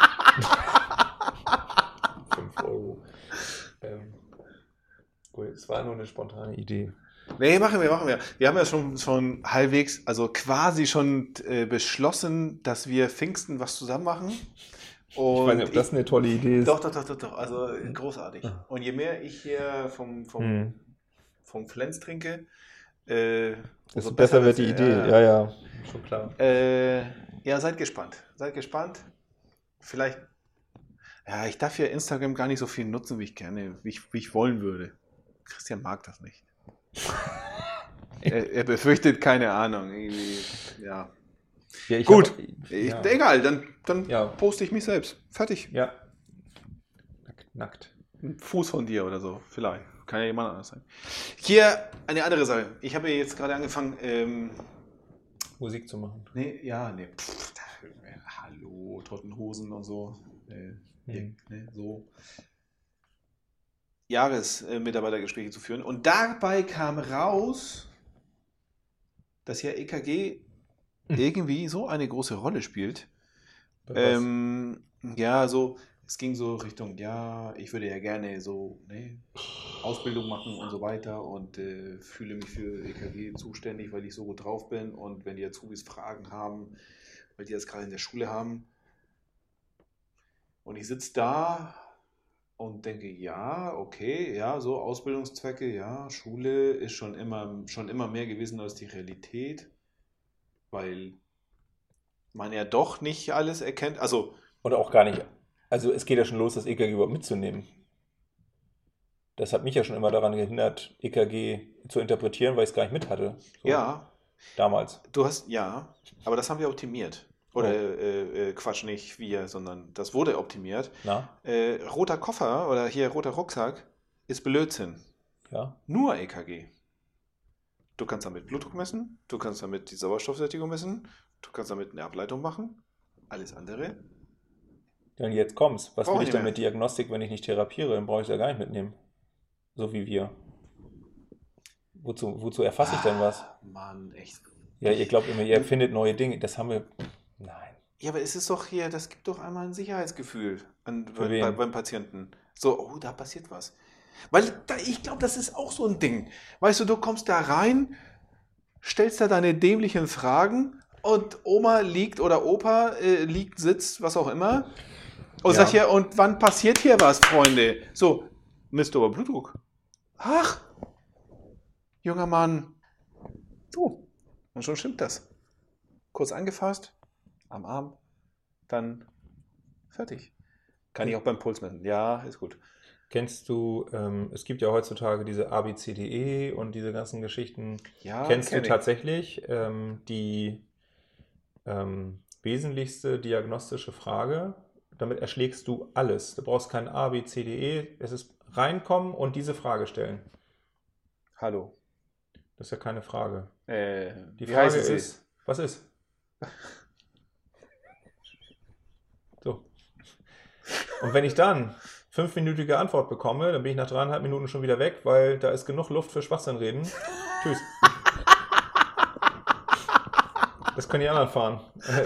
fünf Euro. Ähm, gut, es war nur eine spontane Idee. Nee, machen wir, machen wir. Wir haben ja schon, schon halbwegs, also quasi schon äh, beschlossen, dass wir Pfingsten was zusammen machen. Und ich weiß nicht, ob das ich, eine tolle Idee ist. Doch, doch, doch, doch, doch. Also großartig. Und je mehr ich hier vom, vom, hm. vom Flens trinke, äh, desto besser, besser wird die Idee. Ja, ja, ja. Schon klar. Äh, ja, seid gespannt. Seid gespannt. Vielleicht, ja, ich darf ja Instagram gar nicht so viel nutzen, wie ich gerne, wie ich, wie ich wollen würde. Christian mag das nicht. er, er befürchtet keine Ahnung. Irgendwie, ja. Ja, gut, hab, ich, ja. egal, dann, dann ja. poste ich mich selbst. Fertig. Ja. Nackt. Ein Fuß von dir oder so, vielleicht. Kann ja jemand anders sein. Hier eine andere Sache. Ich habe ja jetzt gerade angefangen, ähm, Musik zu machen. Nee, ja, nee. Pff, äh, hallo, Tottenhosen und so. Äh, hm. ne, so. Jahresmitarbeitergespräche zu führen. Und dabei kam raus, dass ja E K G irgendwie so eine große Rolle spielt. Ähm, ja, so, es ging so Richtung, ja, ich würde ja gerne so ne, Ausbildung machen und so weiter und äh, fühle mich für E K G zuständig, weil ich so gut drauf bin und wenn die Azubis Fragen haben, weil die das gerade in der Schule haben und ich sitze da und denke, ja, okay, ja, so Ausbildungszwecke, ja, Schule ist schon immer, schon immer mehr gewesen als die Realität, weil man ja doch nicht alles erkennt. Also, Oder auch gar nicht. Also es geht ja schon los, das E K G überhaupt mitzunehmen. Das hat mich ja schon immer daran gehindert, E K G zu interpretieren, weil ich es gar nicht mit hatte. So, ja, damals. du hast, ja, aber das haben wir optimiert. Oder Oh. äh, äh, Quatsch, nicht wir, sondern das wurde optimiert. Na, Äh, roter Koffer oder hier roter Rucksack ist Blödsinn. ja. Nur E K G. Du kannst damit Blutdruck messen, du kannst damit die Sauerstoffsättigung messen, du kannst damit eine Ableitung machen. Alles andere. Dann jetzt kommt's. Was Brauch will ich ich denn nicht mehr. mit Diagnostik, wenn ich nicht therapiere? Dann brauche ich es ja gar nicht mitnehmen. So wie wir. Wozu, wozu erfasse ich denn was? Ah, Mann, echt. Ja, ihr glaubt immer, ihr erfindet neue Dinge. Das haben wir. Nein. Ja, aber es ist doch hier, das gibt doch einmal ein Sicherheitsgefühl an, Für bei, wen? bei, beim Patienten. So, oh, da passiert was. Weil da, ich glaube, das ist auch so ein Ding. Weißt du, du kommst da rein, stellst da deine dämlichen Fragen und Oma liegt oder Opa äh, liegt, sitzt, was auch immer. Und Ja. sagt ja, und wann passiert hier was, Freunde? So, misst du aber Blutdruck. Ach, junger Mann. So, und schon stimmt das. Kurz angefasst, am Arm, dann fertig. Kann ich auch beim Puls messen. Ja, ist gut. Kennst du, ähm, es gibt ja heutzutage diese A B C D E und diese ganzen Geschichten. Ja, Kennst kenn du ich. tatsächlich ähm, die ähm, wesentlichste diagnostische Frage? Damit erschlägst du alles. Du brauchst kein A, B, C, D, E. Es ist reinkommen und diese Frage stellen. Hallo. Das ist ja keine Frage. Äh, Die wie Frage heißt sie? ist, was ist? So. Und wenn ich dann fünfminütige Antwort bekomme, dann bin ich nach dreieinhalb Minuten schon wieder weg, weil da ist genug Luft für Schwachsinn reden. Tschüss. Das können die anderen fahren.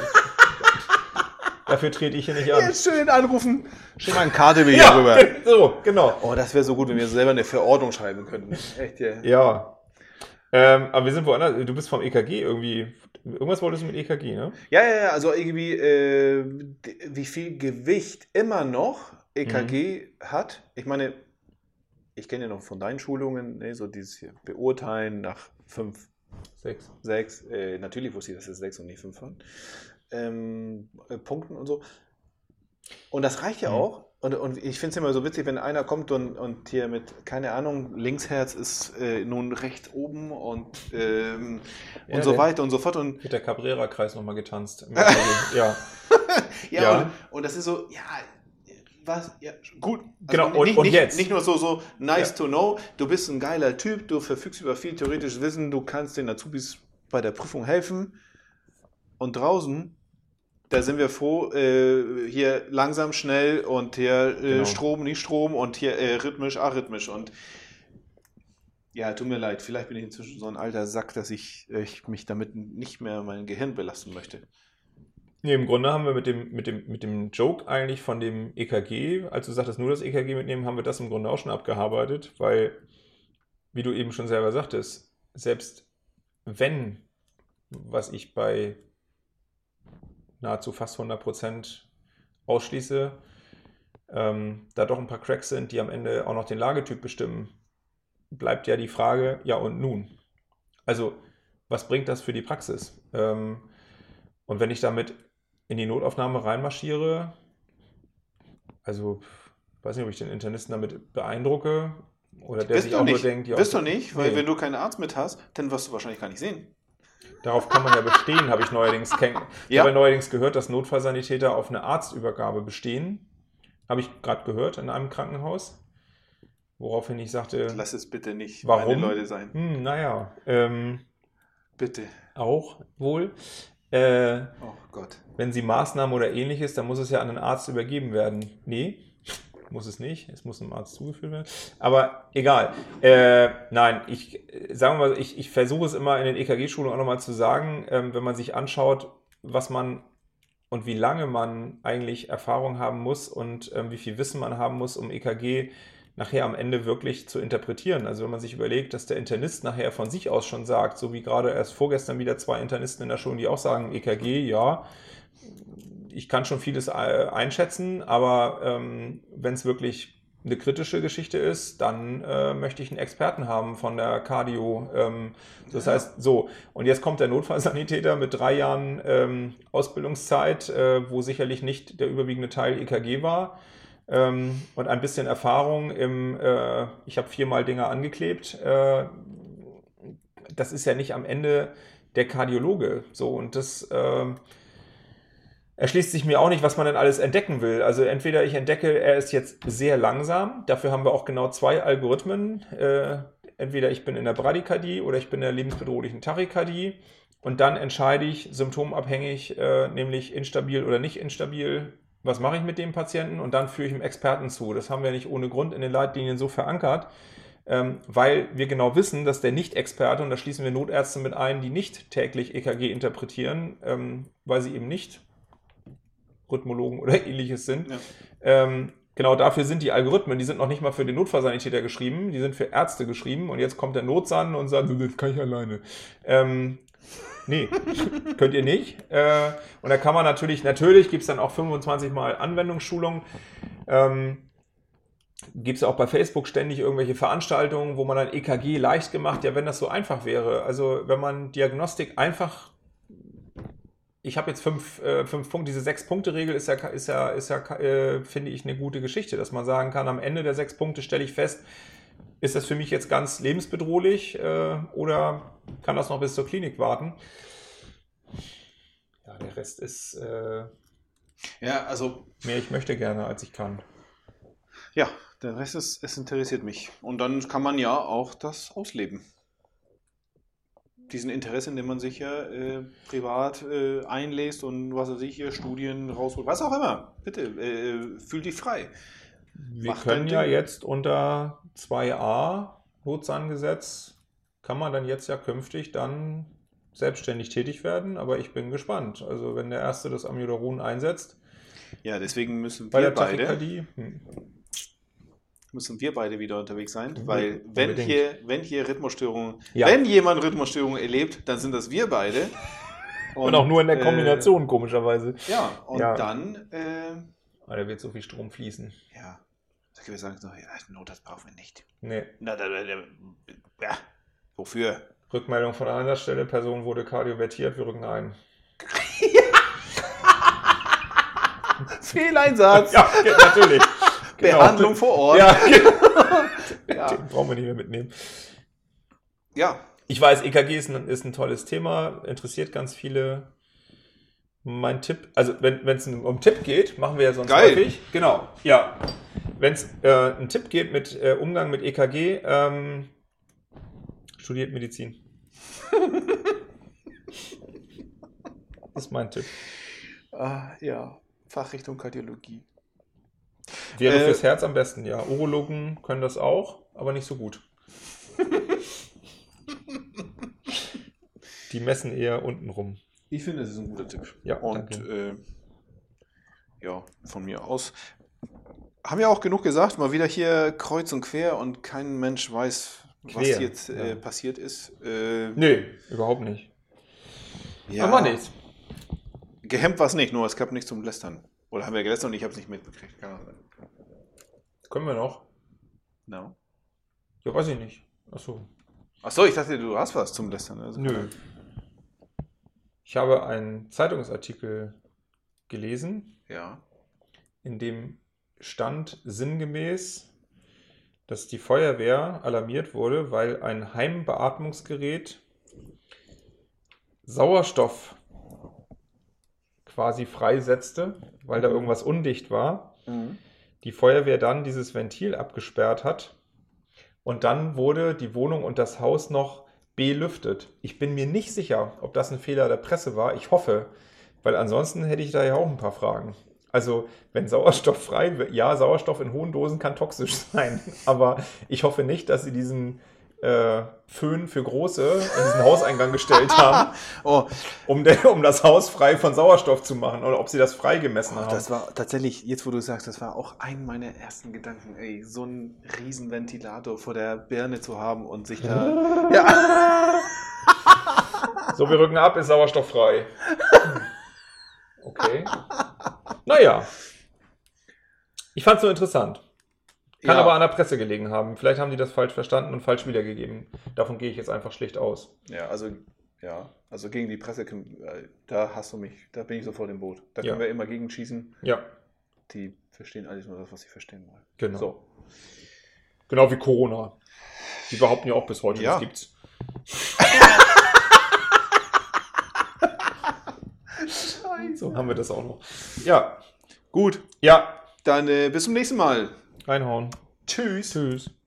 Dafür trete ich hier nicht an. Jetzt schön anrufen. Schick mal ein Karte hier rüber. so, genau. Oh, das wäre so gut, wenn wir selber eine Verordnung schreiben könnten. Echt, ja. Ja. Ähm, aber wir sind woanders. Du bist vom E K G irgendwie. Irgendwas wolltest du mit E K G, ne? Ja, ja, ja, also irgendwie, äh, d- wie viel Gewicht immer noch E K G hat. Ich meine, ich kenne ja noch von deinen Schulungen, ne, so dieses hier, beurteilen nach fünf, Sechs. sechs, äh, natürlich wusste ich, dass es sechs und nicht fünf waren, ähm, äh, Punkten und so. Und das reicht ja Mhm. auch. Und, und ich finde es immer so witzig, wenn einer kommt und, und hier mit, keine Ahnung, Linksherz ist äh, nun rechts oben und, ähm, Ja, und so der- weiter und so fort. Und Mit der Cabrera-Kreis nochmal getanzt. Im E K G. ja. Ja, Ja. Und, und das ist so, ja, was, ja, gut. Genau, und- nicht, und nicht, jetzt? Nicht nur so, so nice Ja. to know, du bist ein geiler Typ, du verfügst über viel theoretisches Wissen, du kannst den Azubis bei der Prüfung helfen. Und draußen, da sind wir froh, äh, hier langsam, schnell und hier äh, Genau. Strom, nicht Strom und hier äh, rhythmisch, arrhythmisch. Und ja, tut mir leid, vielleicht bin ich inzwischen so ein alter Sack, dass ich, äh, ich mich damit nicht mehr mein Gehirn belasten möchte. Nee, im Grunde haben wir mit dem, mit dem, mit dem Joke eigentlich von dem E K G, als du sagtest, nur das E K G mitnehmen, haben wir das im Grunde auch schon abgearbeitet, weil, wie du eben schon selber sagtest, selbst wenn, was ich bei nahezu fast hundert Prozent ausschließe, ähm, da doch ein paar Cracks sind, die am Ende auch noch den Lagetyp bestimmen, bleibt ja die Frage, ja und nun? Also, was bringt das für die Praxis? Ähm, und wenn ich damit in die Notaufnahme reinmarschiere, also, weiß nicht, ob ich den Internisten damit beeindrucke oder der Wirst sich du auch nur nicht, denkt, ja, wirst du nicht, weil nee. wenn du keinen Arzt mit hast, dann wirst du wahrscheinlich gar nicht sehen. Darauf kann man ja bestehen, habe ich neuerdings, kenn- ich Ja. habe ja neuerdings gehört, dass Notfallsanitäter auf eine Arztübergabe bestehen. Habe ich gerade gehört in einem Krankenhaus. Woraufhin ich sagte, Lass es bitte nicht warum? meine Leute sein. Hm, naja, ähm, Bitte. auch wohl. Äh, Oh Gott. wenn Sie Maßnahmen oder ähnliches, dann muss es ja an einen Arzt übergeben werden. Nee, muss es nicht. Es muss einem Arzt zugeführt werden. Aber egal. Äh, nein, ich äh, sagen wir mal, ich, ich versuche es immer in den E K G-Schulungen auch nochmal zu sagen, ähm, wenn man sich anschaut, was man und wie lange man eigentlich Erfahrung haben muss und ähm, wie viel Wissen man haben muss, um E K G nachher am Ende wirklich zu interpretieren. Also wenn man sich überlegt, dass der Internist nachher von sich aus schon sagt, so wie gerade erst vorgestern wieder zwei Internisten in der Schule, die auch sagen, E K G, ja, ich kann schon vieles äh, einschätzen, aber ähm, wenn es wirklich eine kritische Geschichte ist, dann äh, möchte ich einen Experten haben von der Cardio. Ähm, das ja. heißt, so, und jetzt kommt der Notfallsanitäter mit drei Jahren ähm, Ausbildungszeit, äh, wo sicherlich nicht der überwiegende Teil E K G war ähm, und ein bisschen Erfahrung im, äh, ich habe viermal Dinger angeklebt. Äh, das ist ja nicht am Ende der Kardiologe. So, und das äh, erschließt sich mir auch nicht, was man denn alles entdecken will. Also entweder ich entdecke, er ist jetzt sehr langsam, dafür haben wir auch genau zwei Algorithmen. Äh, entweder ich bin in der Bradykardie oder ich bin in der lebensbedrohlichen Tachykardie und dann entscheide ich symptomabhängig, äh, nämlich instabil oder nicht instabil, was mache ich mit dem Patienten und dann führe ich einem Experten zu. Das haben wir nicht ohne Grund in den Leitlinien so verankert, ähm, weil wir genau wissen, dass der Nicht-Experte, und da schließen wir Notärzte mit ein, die nicht täglich E K G interpretieren, ähm, weil sie eben nicht Rhythmologen oder ähnliches sind. Ja. Ähm, genau dafür sind die Algorithmen, die sind noch nicht mal für den Notfallsanitäter geschrieben, die sind für Ärzte geschrieben und jetzt kommt der Notsan und sagt, das kann ich alleine. Ähm, nee, könnt ihr nicht. Äh, und da kann man natürlich, natürlich gibt es dann auch fünfundzwanzig Mal Anwendungsschulung. Ähm, gibt es auch bei Facebook ständig irgendwelche Veranstaltungen, wo man dann E K G leicht gemacht, ja, wenn das so einfach wäre. Also wenn man Diagnostik einfach Ich habe jetzt fünf, äh, fünf Punkte. Diese Sechs-Punkte-Regel ist ja, ist ja, ist ja äh, finde ich, eine gute Geschichte, dass man sagen kann, am Ende der sechs Punkte stelle ich fest, ist das für mich jetzt ganz lebensbedrohlich äh, oder kann das noch bis zur Klinik warten? Ja, der Rest ist äh, ja, also mehr ich möchte gerne, als ich kann. Ja, der Rest ist, es interessiert mich. Und dann kann man ja auch das ausleben. Diesen Interesse, in dem man sich ja äh, privat äh, einlässt und was weiß ich hier, Studien rausholt, was auch immer. Bitte, äh, fühl dich frei. Wir Mach können ja jetzt unter zwei a Notsangesetz, kann man dann jetzt ja künftig dann selbstständig tätig werden, aber ich bin gespannt. Also wenn der Erste das Amiodaron einsetzt. Ja, deswegen müssen wir bei der beide... Tachykardie, hm. müssen wir beide wieder unterwegs sein, Mhm. weil wenn Unbedingt. hier, wenn hier Rhythmusstörungen, Ja. wenn jemand Rhythmusstörungen erlebt, dann sind das wir beide. Und, auch nur in der äh, Kombination, komischerweise. Ja, und Ja. dann, äh, Aber da wird so viel Strom fließen. ja, da können wir sagen, so, ja, Notarzt brauchen wir nicht. Nee. Na, da, da, da, ja, wofür? Rückmeldung von einer Stelle, Person wurde kardiovertiert, wir rücken ein. Fehleinsatz. Ja, ja, natürlich. Behandlung Genau. vor Ort. Ja, Ja. den brauchen wir nicht mehr mitnehmen. Ja. Ich weiß, E K G ist ein, ist ein tolles Thema, interessiert ganz viele. Mein Tipp, also wenn es um Tipp geht, machen wir ja sonst Geil. häufig. Genau, ja. Wenn es äh, einen Tipp geht mit äh, Umgang mit E K G, ähm, studiert Medizin. Das ist mein Tipp. Ah, ja, Fachrichtung Kardiologie. Wäre Äh, fürs Herz am besten, ja. Urologen können das auch, aber nicht so gut. Die messen eher unten rum. Ich finde, das ist ein guter Tipp. Ja, Und danke. äh, ja, von mir aus. Haben wir auch genug gesagt, mal wieder hier kreuz und quer und kein Mensch weiß, was Quer, jetzt äh, ja. passiert ist. Äh, Nee, überhaupt nicht. ja, Aber nicht. Gehemmt war es nicht, nur es gab nichts zum Lästern. Oder haben wir gelästert und ich habe es nicht mitbekriegt. Keine Ahnung. Können wir noch? No. Ja, weiß ich nicht. Achso. Achso, ich dachte, du hast was zum Lästern. Also, Nö. Ich habe einen Zeitungsartikel gelesen, Ja. in dem stand sinngemäß, dass die Feuerwehr alarmiert wurde, weil ein Heimbeatmungsgerät Sauerstoff quasi freisetzte, weil da irgendwas undicht war. Mhm. Die Feuerwehr dann dieses Ventil abgesperrt hat und dann wurde die Wohnung und das Haus noch belüftet. Ich bin mir nicht sicher, ob das ein Fehler der Presse war. Ich hoffe, weil ansonsten hätte ich da ja auch ein paar Fragen. Also, wenn Sauerstoff frei wird, ja, Sauerstoff in hohen Dosen kann toxisch sein, aber ich hoffe nicht, dass sie diesen äh, Föhn für Große in diesen Hauseingang gestellt haben, Oh, um, de, um das Haus frei von Sauerstoff zu machen oder ob sie das frei gemessen haben. das war tatsächlich, jetzt wo du sagst, das war auch ein meiner ersten Gedanken, ey, so einen riesen Ventilator vor der Birne zu haben und sich da... ja. So, wir rücken ab, ist sauerstofffrei. Okay. Naja. Ich fand es nur interessant. Kann Ja. aber an der Presse gelegen haben. Vielleicht haben die das falsch verstanden und falsch wiedergegeben. Davon gehe ich jetzt einfach schlicht aus. Ja, also, ja, also gegen die Presse, äh, da hast du mich, da bin ich sofort im Boot. Da können Ja. wir immer gegenschießen. Ja, Die verstehen alles nur das, was sie verstehen wollen. genau. So. Genau wie Corona. Die behaupten ja auch bis heute, Ja. das gibt's. So haben wir das auch noch. Ja, Gut, ja, dann äh, bis zum nächsten Mal. reinhauen. Tschüss. Tschüss.